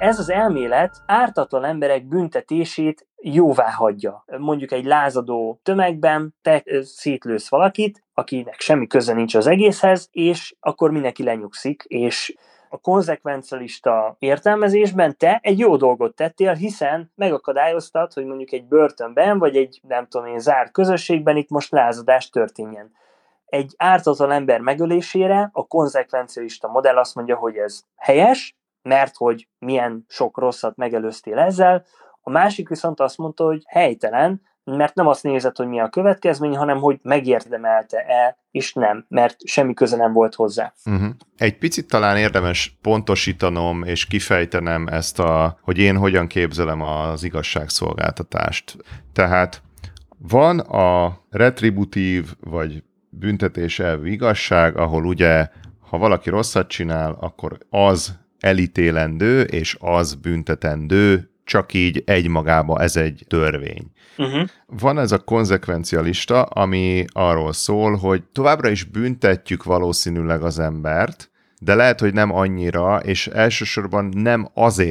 ez az elmélet ártatlan emberek büntetését jóvá hagyja. Mondjuk egy lázadó tömegben te szétlősz valakit, akinek semmi köze nincs az egészhez, és akkor mindenki lenyugszik, és a konzekvencialista értelmezésben te egy jó dolgot tettél, hiszen megakadályoztad, hogy mondjuk egy börtönben, vagy egy nem tudom én zárt közösségben itt most lázadás történjen. Egy ártatlan ember megölésére a konzekvencialista modell azt mondja, hogy ez helyes, mert hogy milyen sok rosszat megelőztél ezzel, a másik viszont azt mondta, hogy helytelen, mert nem azt nézed, hogy mi a következmény, hanem hogy megérdemelte-e, és nem, mert semmi köze nem volt hozzá. Egy picit talán érdemes pontosítanom és kifejtenem ezt, hogy én hogyan képzelem az igazságszolgáltatást. Tehát van a retributív vagy büntetéselvű igazság, ahol ugye, ha valaki rosszat csinál, akkor az elítélendő, és az büntetendő, csak így egymagába ez egy törvény. Van ez a konzekvencialista, ami arról szól, hogy továbbra is büntetjük valószínűleg az embert, de lehet, hogy nem annyira, és elsősorban nem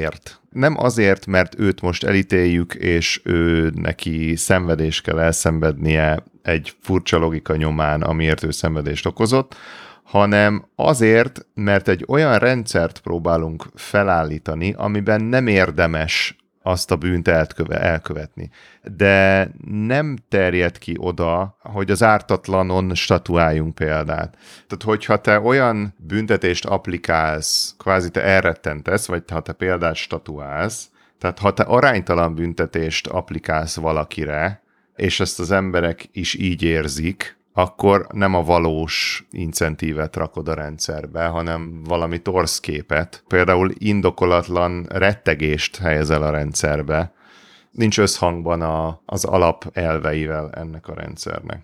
azért, mert őt most elítéljük, és ő neki szenvedést kell elszenvednie egy furcsa logika nyomán, amiért ő szenvedést okozott, hanem azért, mert egy olyan rendszert próbálunk felállítani, amiben nem érdemes azt a bűnt elkövetni. De nem terjed ki oda, hogy az ártatlanon statuáljunk példát. Tehát, hogyha te olyan büntetést applikálsz, kvázi te elrettentesz, vagy ha te példát statuálsz, tehát ha te aránytalan büntetést applikálsz valakire, és ezt az emberek is így érzik, akkor nem a valós incentívet rakod a rendszerbe, hanem valami torszképet. Például indokolatlan rettegést helyezel a rendszerbe. Nincs összhangban az alapelveivel ennek a rendszernek.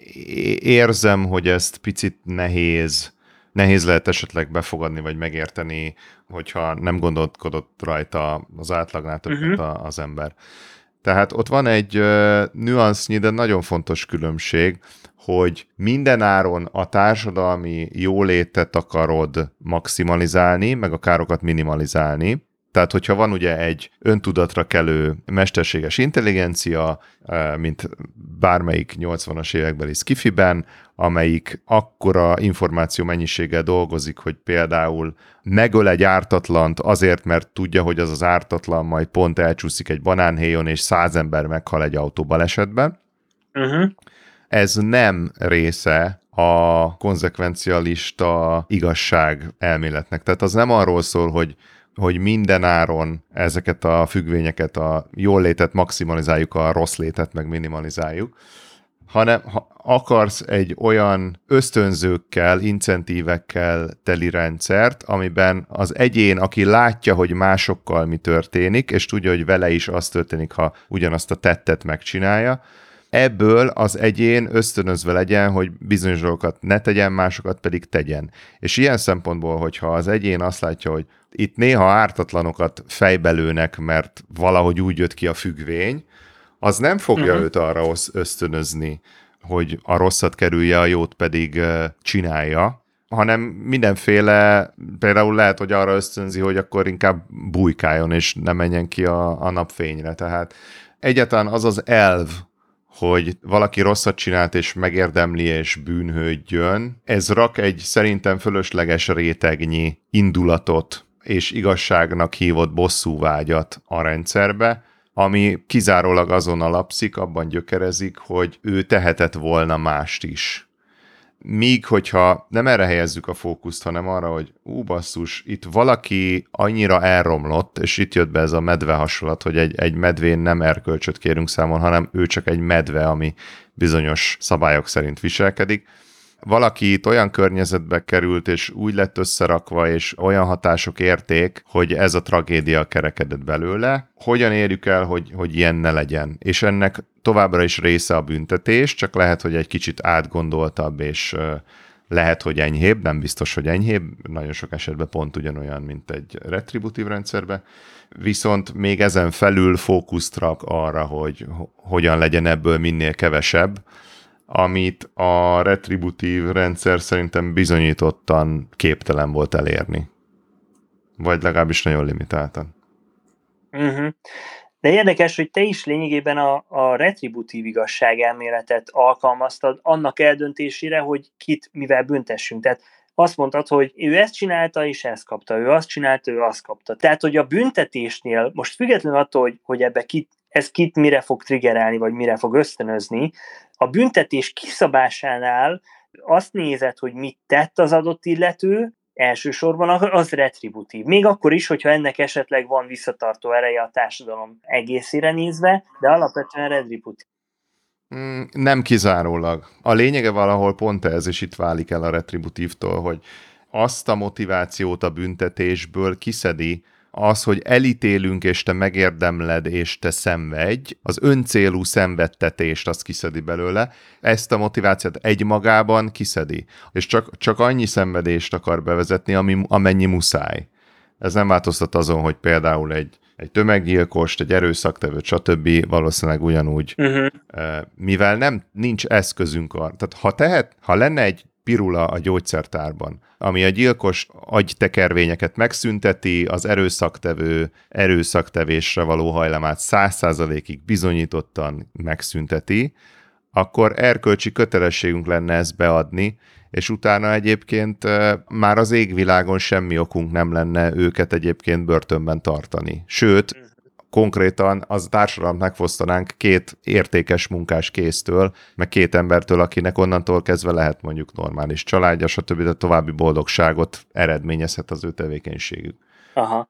Érzem, hogy ezt picit nehéz lehet esetleg befogadni, vagy megérteni, hogyha nem gondolkodott rajta az átlagnál többet az ember. Tehát ott van egy nüansznyi, de nagyon fontos különbség, hogy mindenáron a társadalmi jólétet akarod maximalizálni, meg a károkat minimalizálni. Tehát, hogyha van ugye egy öntudatra kelő mesterséges intelligencia, mint bármelyik 80-as évekbeli skifiben, amelyik akkora információ mennyiséggel dolgozik, hogy például megöl egy ártatlant azért, mert tudja, hogy az ártatlan majd pont elcsúszik egy banánhéjon, és 100 ember meghal egy autóbalesetben. Ez nem része a konzekvencialista igazság elméletnek. Tehát az nem arról szól, hogy mindenáron ezeket a függvényeket, a jól létet maximalizáljuk, a rossz létet meg minimalizáljuk, hanem ha akarsz egy olyan ösztönzőkkel, incentívekkel teli rendszert, amiben az egyén, aki látja, hogy másokkal mi történik, és tudja, hogy vele is az történik, ha ugyanazt a tettet megcsinálja, ebből az egyén ösztönözve legyen, hogy bizonyos dolgokat ne tegyen, másokat pedig tegyen. És ilyen szempontból, hogyha az egyén azt látja, hogy itt néha ártatlanokat fejbelőnek, mert valahogy úgy jött ki a függvény, az nem fogja őt arra ösztönözni, hogy a rosszat kerülje, a jót pedig csinálja, hanem mindenféle, például lehet, hogy arra ösztönzi, hogy akkor inkább bujkáljon, és ne menjen ki a napfényre. Tehát egyáltalán az az elv, hogy valaki rosszat csinált, és megérdemli, és bűnhődjön, ez rak egy szerintem fölösleges rétegnyi indulatot és igazságnak hívott bosszúvágyat a rendszerbe, ami kizárólag azon alapszik, abban gyökerezik, hogy ő tehetett volna mást is. Míg, hogyha nem erre helyezzük a fókuszt, hanem arra, hogy basszus, itt valaki annyira elromlott, és itt jött be ez a medve hasonlat, hogy egy medvén nem erkölcsöt kérünk számon, hanem ő csak egy medve, ami bizonyos szabályok szerint viselkedik. Valaki itt olyan környezetbe került, és úgy lett összerakva, és olyan hatások érték, hogy ez a tragédia kerekedett belőle. Hogyan érjük el, hogy ilyen ne legyen? És ennek továbbra is része a büntetés, csak lehet, hogy egy kicsit átgondoltabb, és lehet, hogy enyhébb, nem biztos, hogy enyhébb, nagyon sok esetben pont ugyanolyan, mint egy retributív rendszerben. Viszont még ezen felül fókuszt rak arra, hogy hogyan legyen ebből minél kevesebb, amit a retributív rendszer szerintem bizonyítottan képtelen volt elérni. Vagy legalábbis nagyon limitáltan. Uh-huh. De érdekes, hogy te is lényegében a retributív igazságelméletet alkalmaztad annak eldöntésére, hogy kit mivel büntessünk. Tehát azt mondtad, hogy ő ezt csinálta, és ezt kapta, ő azt csinálta, ő azt kapta. Tehát, hogy a büntetésnél, most függetlenül attól, hogy ebbe ez kit mire fog triggerelni, vagy mire fog ösztönözni, a büntetés kiszabásánál azt nézed, hogy mit tett az adott illető, elsősorban az retributív. Még akkor is, hogyha ennek esetleg van visszatartó ereje a társadalom egészére nézve, de alapvetően retributív. Nem kizárólag. A lényege valahol pont ez, és itt válik el a retributívtól, hogy azt a motivációt a büntetésből kiszedi, az, hogy elítélünk, és te megérdemled, és te szenvedj, az öncélú szenvedtetést azt kiszedi belőle, ezt a motivációt egymagában kiszedi, és csak annyi szenvedést akar bevezetni, amennyi muszáj. Ez nem változtat azon, hogy például egy tömeggyilkost, egy erőszaktevőt, stb. Valószínűleg ugyanúgy, mivel nincs eszközünk arra. Tehát ha lenne egy pirula a gyógyszertárban, ami a gyilkos agytekervényeket megszünteti, az erőszaktevő erőszaktevésre való hajlamát 100%-ig bizonyítottan megszünteti, akkor erkölcsi kötelességünk lenne ezt beadni, és utána egyébként már az égvilágon semmi okunk nem lenne őket egyébként börtönben tartani. Sőt, konkrétan az társadalmat megfosztanánk 2 értékes munkás kéztől, meg 2 embertől, akinek onnantól kezdve lehet mondjuk normális családja, stb. De további boldogságot eredményezhet az ő tevékenységük. Aha.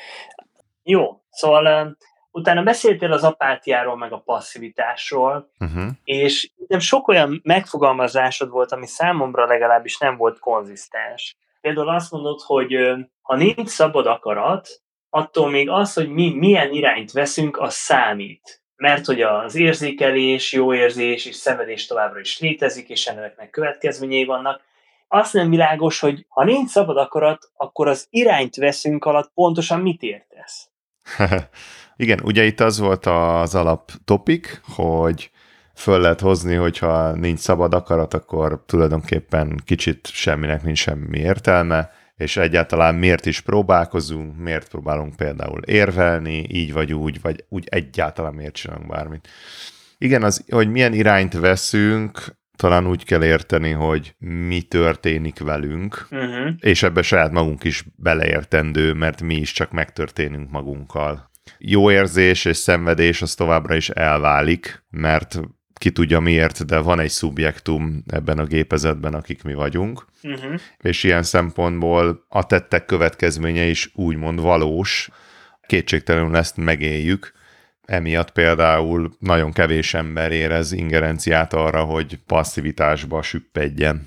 Jó, szóval utána beszéltél az apátiáról, meg a passzivitásról, és nem sok olyan megfogalmazásod volt, ami számomra legalábbis nem volt konzisztens. Például azt mondod, hogy ha nincs szabad akarat, attól még az, hogy mi milyen irányt veszünk, az számít. Mert hogy az érzékelés, jó érzés és szenvedés továbbra is létezik, és ennek következményei vannak. Azt nem világos, hogy ha nincs szabad akarat, akkor az irányt veszünk alatt pontosan mit értesz? Igen, ugye itt az volt az alaptopik, hogy föl lehet hozni, hogyha nincs szabad akarat, akkor tulajdonképpen kicsit semminek nincs semmi értelme, és egyáltalán miért is próbálkozunk, miért próbálunk például érvelni, így vagy úgy egyáltalán miért csinálunk bármit. Igen, az, hogy milyen irányt veszünk, talán úgy kell érteni, hogy mi történik velünk, és ebbe saját magunk is beleértendő, mert mi is csak megtörténünk magunkkal. Jó érzés és szenvedés az továbbra is elválik, mert ki tudja miért, de van egy szubjektum ebben a gépezetben, akik mi vagyunk, és ilyen szempontból a tettek következménye is úgymond valós, kétségtelenül ezt megéljük. Emiatt például nagyon kevés ember érez ingerenciát arra, hogy passzivitásba süppedjen.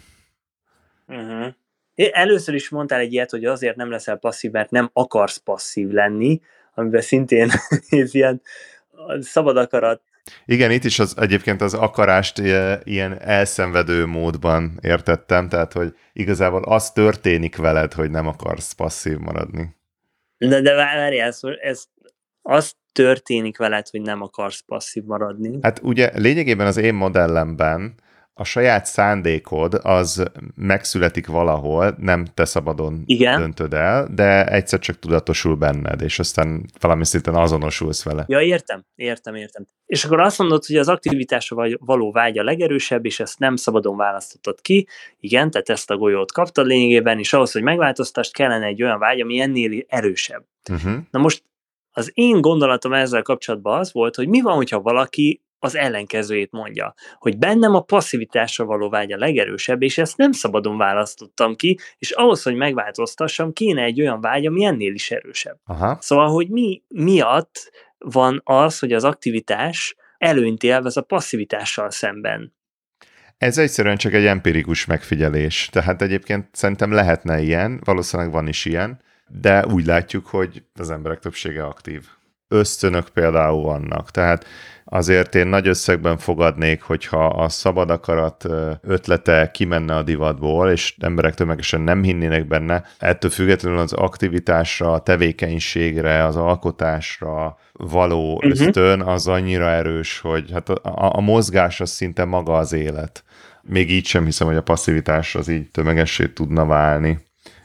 Először is mondtál egy ilyet, hogy azért nem leszel passzív, mert nem akarsz passzív lenni, amiben szintén ez ilyen szabad akarat. Igen, itt is egyébként az akarást ilyen elszenvedő módban értettem, tehát hogy igazából az történik veled, hogy nem akarsz passzív maradni. De várjál, ez az történik veled, hogy nem akarsz passzív maradni. Hát ugye lényegében az én modellemben a saját szándékod az megszületik valahol, nem te szabadon döntöd el, de egyszer csak tudatosul benned, és aztán valami szinten azonosulsz vele. Ja, értem. És akkor azt mondod, hogy az aktivitásra való vágy a legerősebb, és ezt nem szabadon választottad ki. Igen, tehát ezt a golyót kaptad lényegében, és ahhoz, hogy megváltoztasd, kellene egy olyan vágy, ami ennél erősebb. Na most az én gondolatom ezzel kapcsolatban az volt, hogy mi van, hogyha valaki az ellenkezőjét mondja, hogy bennem a passzivitásra való vágy a legerősebb, és ezt nem szabadon választottam ki, és ahhoz, hogy megváltoztassam, kéne egy olyan vágy, ami ennél is erősebb. Szóval, hogy mi miatt van az, hogy az aktivitás előnyt élvez a passzivitással szemben? Ez egyszerűen csak egy empirikus megfigyelés. Tehát egyébként szerintem lehetne ilyen, valószínűleg van is ilyen, de úgy látjuk, hogy az emberek többsége aktív. Ösztönök például vannak, tehát azért én nagy összegben fogadnék, hogyha a szabad akarat ötlete kimenne a divatból, és emberek tömegesen nem hinnének benne, ettől függetlenül az aktivitásra, a tevékenységre, az alkotásra való ösztön az annyira erős, hogy hát a mozgás az szinte maga az élet. Még így sem hiszem, hogy a passzivitás az így tömegessé tudna válni.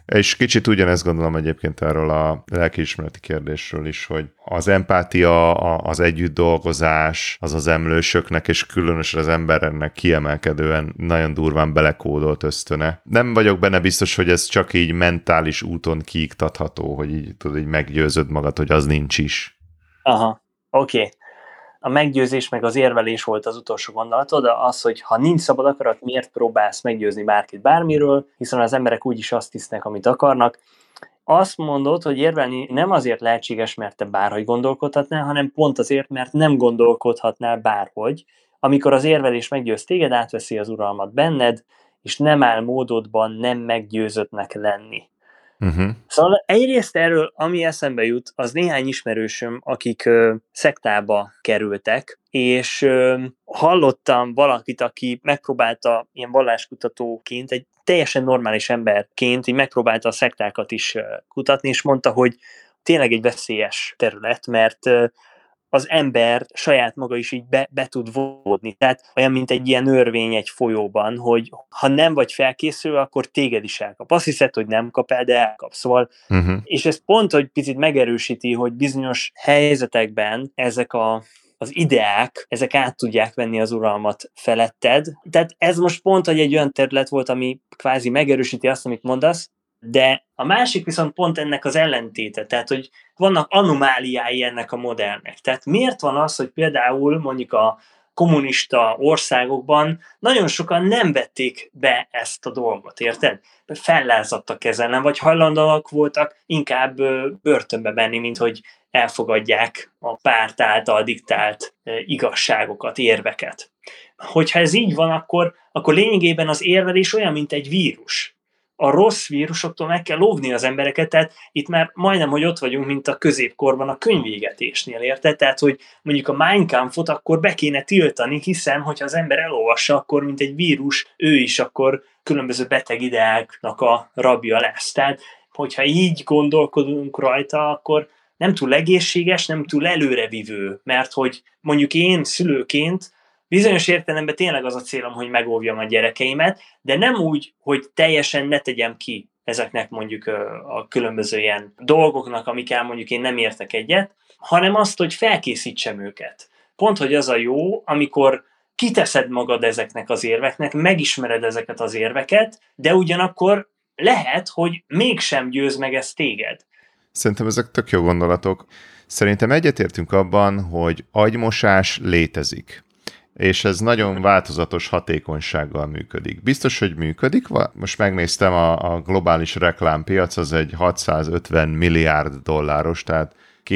És kicsit ugyanezt gondolom egyébként erről a lelkiismereti kérdésről is, hogy az empátia, az együtt dolgozás, az emlősöknek, és különösen az embernek kiemelkedően nagyon durván belekódolt ösztöne. Nem vagyok benne biztos, hogy ez csak így mentális úton kiiktatható, hogy így, tudod, így meggyőzöd magad, hogy az nincs is. Aha, oké. A meggyőzés meg az érvelés volt az utolsó gondolatod, de az, hogy ha nincs szabad akarat, miért próbálsz meggyőzni bárkit bármiről, hiszen az emberek úgyis azt hisznek, amit akarnak. Azt mondod, hogy érvelni nem azért lehetséges, mert te bárhogy gondolkodhatnál, hanem pont azért, mert nem gondolkodhatnál bárhogy. Amikor az érvelés meggyőz téged, átveszi az uralmat benned, és nem áll módodban nem meggyőzöttnek lenni. Szóval egyrészt erről, ami eszembe jut, az néhány ismerősöm, akik szektába kerültek, és hallottam valakit, aki megpróbálta ilyen valláskutatóként, egy teljesen normális emberként, így megpróbálta a szektákat is kutatni, és mondta, hogy tényleg egy veszélyes terület, mert az ember saját maga is így be tud vonódni. Tehát olyan, mint egy ilyen örvény egy folyóban, hogy ha nem vagy felkészülve, akkor téged is elkap. Azt hiszed, hogy nem kap el, de elkap. Szóval, és ez pont, hogy picit megerősíti, hogy bizonyos helyzetekben ezek az ideák, ezek át tudják venni az uralmat feletted. Tehát ez most pont, hogy egy olyan terület volt, ami kvázi megerősíti azt, amit mondasz, de a másik viszont pont ennek az ellentéte, tehát hogy vannak anomáliái ennek a modellnek. Tehát miért van az, hogy például mondjuk a kommunista országokban nagyon sokan nem vették be ezt a dolgot, érted? Fellázadtak ezen, vagy hajlandóak voltak inkább börtönbe menni, mint hogy elfogadják a párt által diktált igazságokat, érveket. Hogyha ez így van, akkor lényegében az érvelés olyan, mint egy vírus. A rossz vírusoktól meg kell óvni az embereket, tehát itt már majdnem, hogy ott vagyunk, mint a középkorban a könyvégetésnél, érted? Tehát, hogy mondjuk a Mein Kampfot akkor be kéne tiltani, hiszen, hogyha az ember elolvassa, akkor mint egy vírus, ő is akkor különböző beteg ideáknak a rabja lesz. Tehát, hogyha így gondolkodunk rajta, akkor nem túl egészséges, nem túl előrevivő, mert hogy mondjuk én szülőként bizonyos értelemben tényleg az a célom, hogy megóvjam a gyerekeimet, de nem úgy, hogy teljesen ne tegyem ki ezeknek mondjuk a különböző ilyen dolgoknak, amikkel mondjuk én nem értek egyet, hanem azt, hogy felkészítsem őket. Pont, hogy az a jó, amikor kiteszed magad ezeknek az érveknek, megismered ezeket az érveket, de ugyanakkor lehet, hogy mégsem győz meg ez téged. Szerintem ezek tök jó gondolatok. Szerintem egyetértünk abban, hogy agymosás létezik. És ez nagyon változatos hatékonysággal működik. Biztos, hogy működik. Most megnéztem, a globális reklámpiac az egy 650 milliárd dolláros, tehát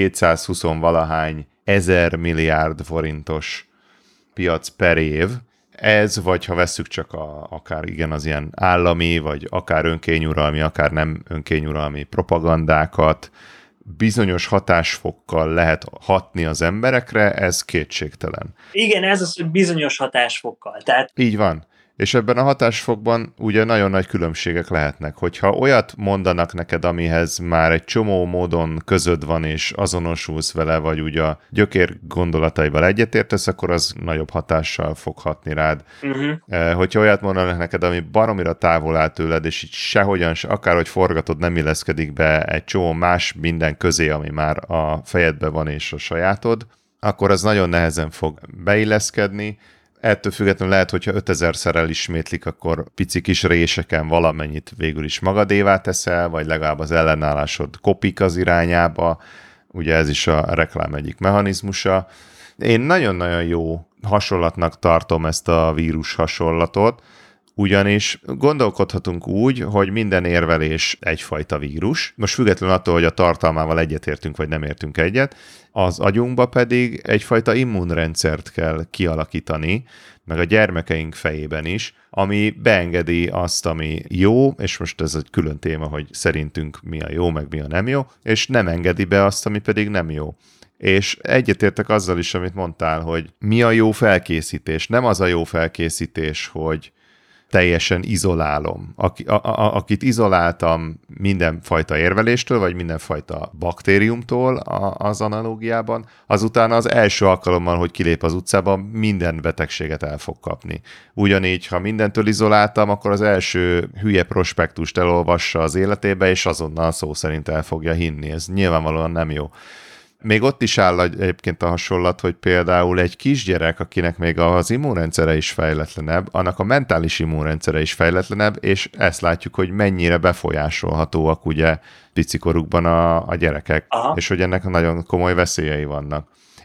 220-valahány ezer milliárd forintos piac per év. Ez, vagy ha vesszük csak akár igen az ilyen állami, vagy akár önkényuralmi, akár nem önkényuralmi propagandákat, bizonyos hatásfokkal lehet hatni az emberekre, ez kétségtelen. Igen, ez az, hogy bizonyos hatásfokkal. Tehát... Így van. És ebben a hatásfokban ugye nagyon nagy különbségek lehetnek. Hogyha olyat mondanak neked, amihez már egy csomó módon közöd van, és azonosulsz vele, vagy ugye a gyökér gondolataival egyetértesz, akkor az nagyobb hatással fog hatni rád. Hogyha olyat mondanak neked, ami baromira távol áll tőled, és így sehogyan, akárhogy forgatod, nem illeszkedik be egy csomó más minden közé, ami már a fejedben van, és a sajátod, akkor az nagyon nehezen fog beilleszkedni. Ettől függetlenül lehet, hogyha 5000-szer elismétlik, akkor pici kis réseken valamennyit végül is magadévá teszel, vagy legalább az ellenállásod kopik az irányába. Ugye ez is a reklám egyik mechanizmusa. Én nagyon-nagyon jó hasonlatnak tartom ezt a vírus hasonlatot, ugyanis gondolkodhatunk úgy, hogy minden érvelés egyfajta vírus. Most függetlenül attól, hogy a tartalmával egyetértünk, vagy nem értünk egyet, az agyunkba pedig egyfajta immunrendszert kell kialakítani, meg a gyermekeink fejében is, ami beengedi azt, ami jó, és most ez egy külön téma, hogy szerintünk mi a jó, meg mi a nem jó, és nem engedi be azt, ami pedig nem jó. És egyetértek azzal is, amit mondtál, hogy mi a jó felkészítés. Nem az a jó felkészítés, hogy teljesen izolálom. Akit izoláltam mindenfajta érveléstől, vagy mindenfajta baktériumtól az analógiában, azután az első alkalommal, hogy kilép az utcába, minden betegséget el fog kapni. Ugyanígy, ha mindentől izoláltam, akkor az első hülye prospektust elolvassa az életébe, és azonnal szó szerint el fogja hinni. Ez nyilvánvalóan nem jó. Még ott is áll egyébként a hasonlat, hogy például egy kisgyerek, akinek még az immunrendszere is fejletlenebb, annak a mentális immunrendszere is fejletlenebb, és ezt látjuk, hogy mennyire befolyásolhatóak ugye picikorukban a gyerekek, Aha. és hogy ennek nagyon komoly veszélyei vannak.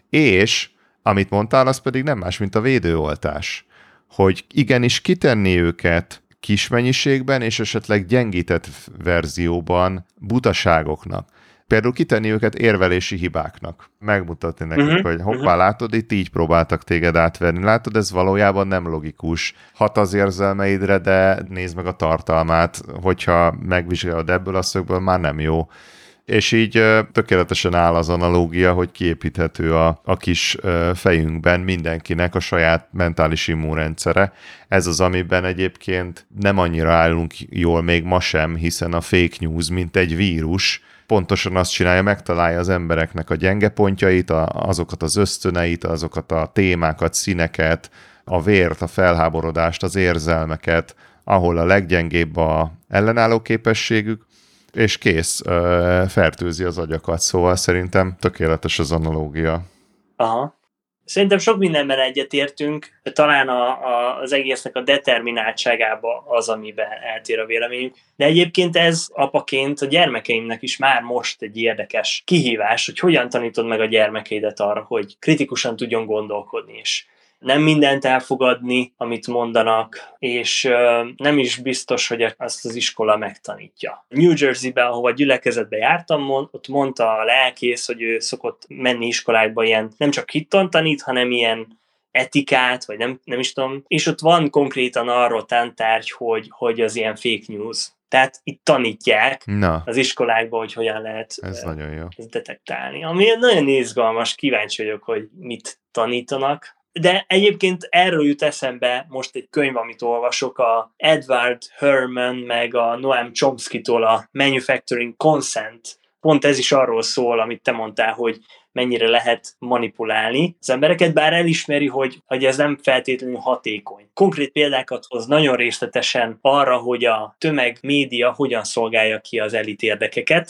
És, amit mondtál, az pedig nem más, mint a védőoltás, hogy igenis kitenni őket kis mennyiségben, és esetleg gyengített verzióban butaságoknak. Például kitenni őket érvelési hibáknak. Megmutatni nekik, hogy hoppá, látod, itt így próbáltak téged átverni. Látod, ez valójában nem logikus. Hat az érzelmeidre, de nézd meg a tartalmát, hogyha megvizsgálod ebből a szögből, már nem jó. És így tökéletesen áll az analógia, hogy kiépíthető a kis fejünkben mindenkinek a saját mentális immunrendszere. Ez az, amiben egyébként nem annyira állunk jól még ma sem, hiszen a fake news, mint egy vírus, pontosan azt csinálja, megtalálja az embereknek a gyenge pontjait, azokat az ösztöneit, azokat a témákat, színeket, a vért, a felháborodást, az érzelmeket, ahol a leggyengébb a ellenálló képességük, és kész, fertőzi az agyakat, szóval szerintem tökéletes az analógia. Aha. Szerintem sok mindenben egyetértünk, talán az egésznek a determináltságába az, amiben eltér a véleményünk. De egyébként ez apaként a gyermekeimnek is már most egy érdekes kihívás, hogy hogyan tanítod meg a gyermekeidet arra, hogy kritikusan tudjon gondolkodni, és nem mindent elfogadni, amit mondanak, és nem is biztos, hogy azt az iskola megtanítja. New Jersey-ben, ahova gyülekezetbe jártam, ott mondta a lelkész, hogy ő szokott menni iskolákba ilyen, nem csak hittan tanít, hanem ilyen etikát, vagy nem is tudom, és ott van konkrétan arról tantárgy, hogy az ilyen fake news. Tehát itt tanítják az iskolákba, hogy hogyan lehet nagyon jó. Ezt detektálni. Ami nagyon izgalmas, kíváncsi vagyok, hogy mit tanítanak. De egyébként erről jut eszembe most egy könyv, amit olvasok, a Edward Herman meg a Noam Chomsky-tól a Manufacturing Consent. Pont ez is arról szól, amit te mondtál, hogy mennyire lehet manipulálni az embereket, bár elismeri, hogy ez nem feltétlenül hatékony. Konkrét példákat hoz nagyon részletesen arra, hogy a tömegmédia hogyan szolgálja ki az elit érdekeket,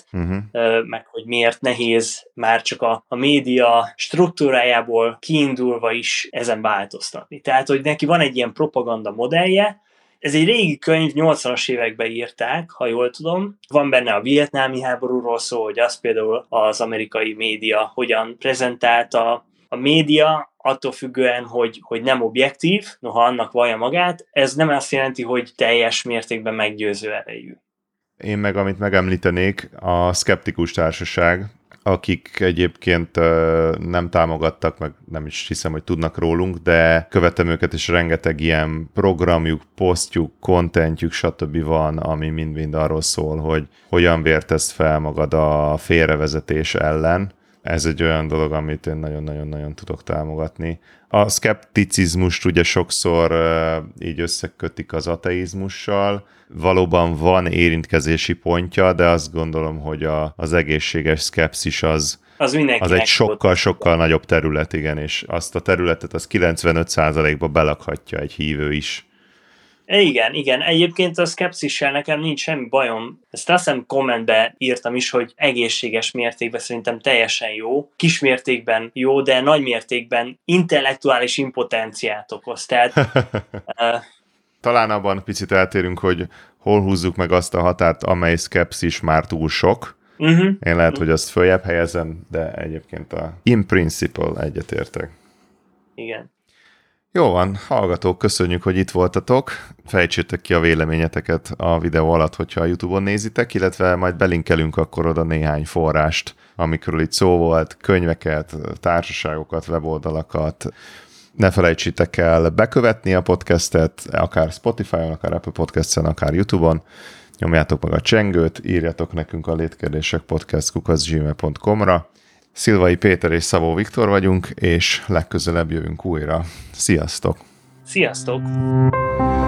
meg hogy miért nehéz már csak a média struktúrájából kiindulva is ezen változtatni. Tehát, hogy neki van egy ilyen propaganda modellje. Ez egy régi könyv, 80-as években írták, ha jól tudom. Van benne a vietnámi háborúról szó, hogy az például az amerikai média hogyan prezentálta. A média attól függően, hogy nem objektív, noha annak vallja magát, ez nem azt jelenti, hogy teljes mértékben meggyőző erejű. Én meg, amit megemlítenék, a Szkeptikus Társaság, akik egyébként nem támogattak, meg nem is hiszem, hogy tudnak rólunk, de követem őket, és rengeteg ilyen programjuk, posztjuk, contentjük, stb. Van, ami mind-mind arról szól, hogy hogyan vértezd fel magad a félrevezetés ellen. Ez egy olyan dolog, amit én nagyon-nagyon-nagyon tudok támogatni. A szkepticizmust ugye sokszor így összekötik az ateizmussal. Valóban van érintkezési pontja, de azt gondolom, hogy az egészséges szkepszis az egy sokkal nagyobb terület, igen, és azt a területet az 95%-ba belakhatja egy hívő is. Igen. Egyébként a szkepszissel nekem nincs semmi bajom. Ezt azt hiszem kommentbe írtam is, hogy egészséges mértékben szerintem teljesen jó. Kis mértékben jó, de nagy mértékben intellektuális impotenciát okoz. Tehát, talán abban picit eltérünk, hogy hol húzzuk meg azt a határt, amely szkepszis már túl sok. Én lehet, hogy azt följebb helyezem, de egyébként in principle egyetértek. Igen. Jó van, hallgatók, köszönjük, hogy itt voltatok. Fejtsétek ki a véleményeteket a videó alatt, hogyha a YouTube-on nézitek, illetve majd belinkelünk akkor oda néhány forrást, amikről itt szó volt, könyveket, társaságokat, weboldalakat. Ne felejtsétek el bekövetni a podcastet, akár Spotify-on, akár Apple Podcast-en, akár YouTube-on. Nyomjátok meg a csengőt, írjatok nekünk a létkérdések.podcast@gmail.com-ra. Szilvai Péter és Szabó Viktor vagyunk, és legközelebb jövünk újra. Sziasztok! Sziasztok!